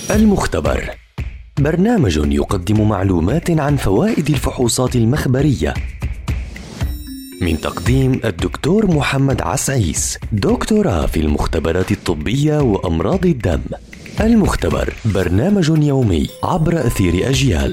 المختبر، برنامج يقدم معلومات عن فوائد الفحوصات المخبرية، من تقديم الدكتور محمد عسعيس، دكتوراه في المختبرات الطبية وأمراض الدم. المختبر، برنامج يومي عبر أثير أجيال.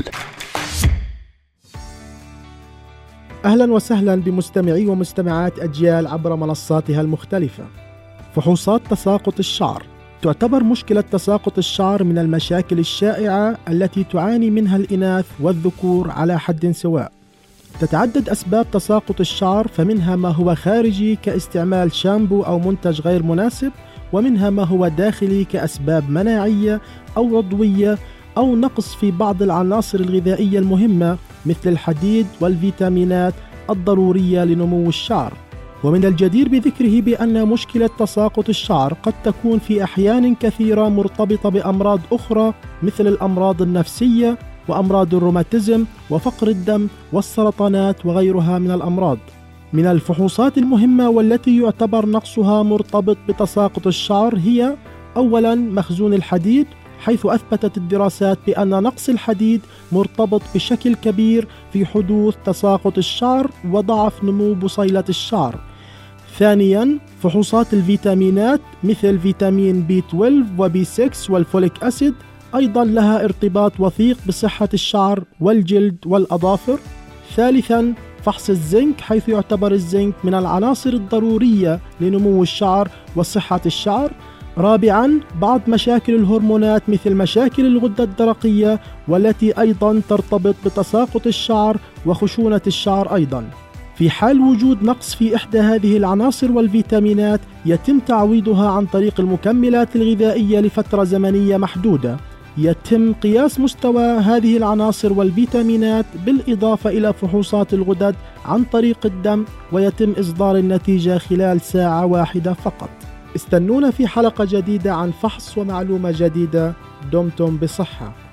أهلا وسهلا بمستمعي ومستمعات أجيال عبر منصاتها المختلفة. فحوصات تساقط الشعر. تعتبر مشكلة تساقط الشعر من المشاكل الشائعة التي تعاني منها الإناث والذكور على حد سواء. تتعدد أسباب تساقط الشعر، فمنها ما هو خارجي كاستعمال شامبو أو منتج غير مناسب، ومنها ما هو داخلي كأسباب مناعية أو عضوية أو نقص في بعض العناصر الغذائية المهمة مثل الحديد والفيتامينات الضرورية لنمو الشعر. ومن الجدير بذكره بأن مشكلة تساقط الشعر قد تكون في أحيان كثيرة مرتبطة بأمراض أخرى مثل الأمراض النفسية وأمراض الروماتيزم وفقر الدم والسرطانات وغيرها من الأمراض. من الفحوصات المهمة والتي يعتبر نقصها مرتبط بتساقط الشعر هي أولا مخزون الحديد، حيث أثبتت الدراسات بأن نقص الحديد مرتبط بشكل كبير في حدوث تساقط الشعر وضعف نمو بصيلة الشعر. ثانيا فحوصات الفيتامينات مثل فيتامين B12 وB6 والفوليك أسيد، أيضا لها ارتباط وثيق بصحة الشعر والجلد والأظافر. ثالثا فحص الزنك، حيث يعتبر الزنك من العناصر الضرورية لنمو الشعر وصحة الشعر. رابعا بعض مشاكل الهرمونات مثل مشاكل الغدة الدرقية، والتي أيضا ترتبط بتساقط الشعر وخشونة الشعر أيضا. في حال وجود نقص في إحدى هذه العناصر والفيتامينات يتم تعويضها عن طريق المكملات الغذائية لفترة زمنية محدودة. يتم قياس مستوى هذه العناصر والفيتامينات بالإضافة إلى فحوصات الغدد عن طريق الدم، ويتم إصدار النتيجة خلال ساعة واحدة فقط. استنونا في حلقة جديدة عن فحص ومعلومة جديدة. دمتم بصحة.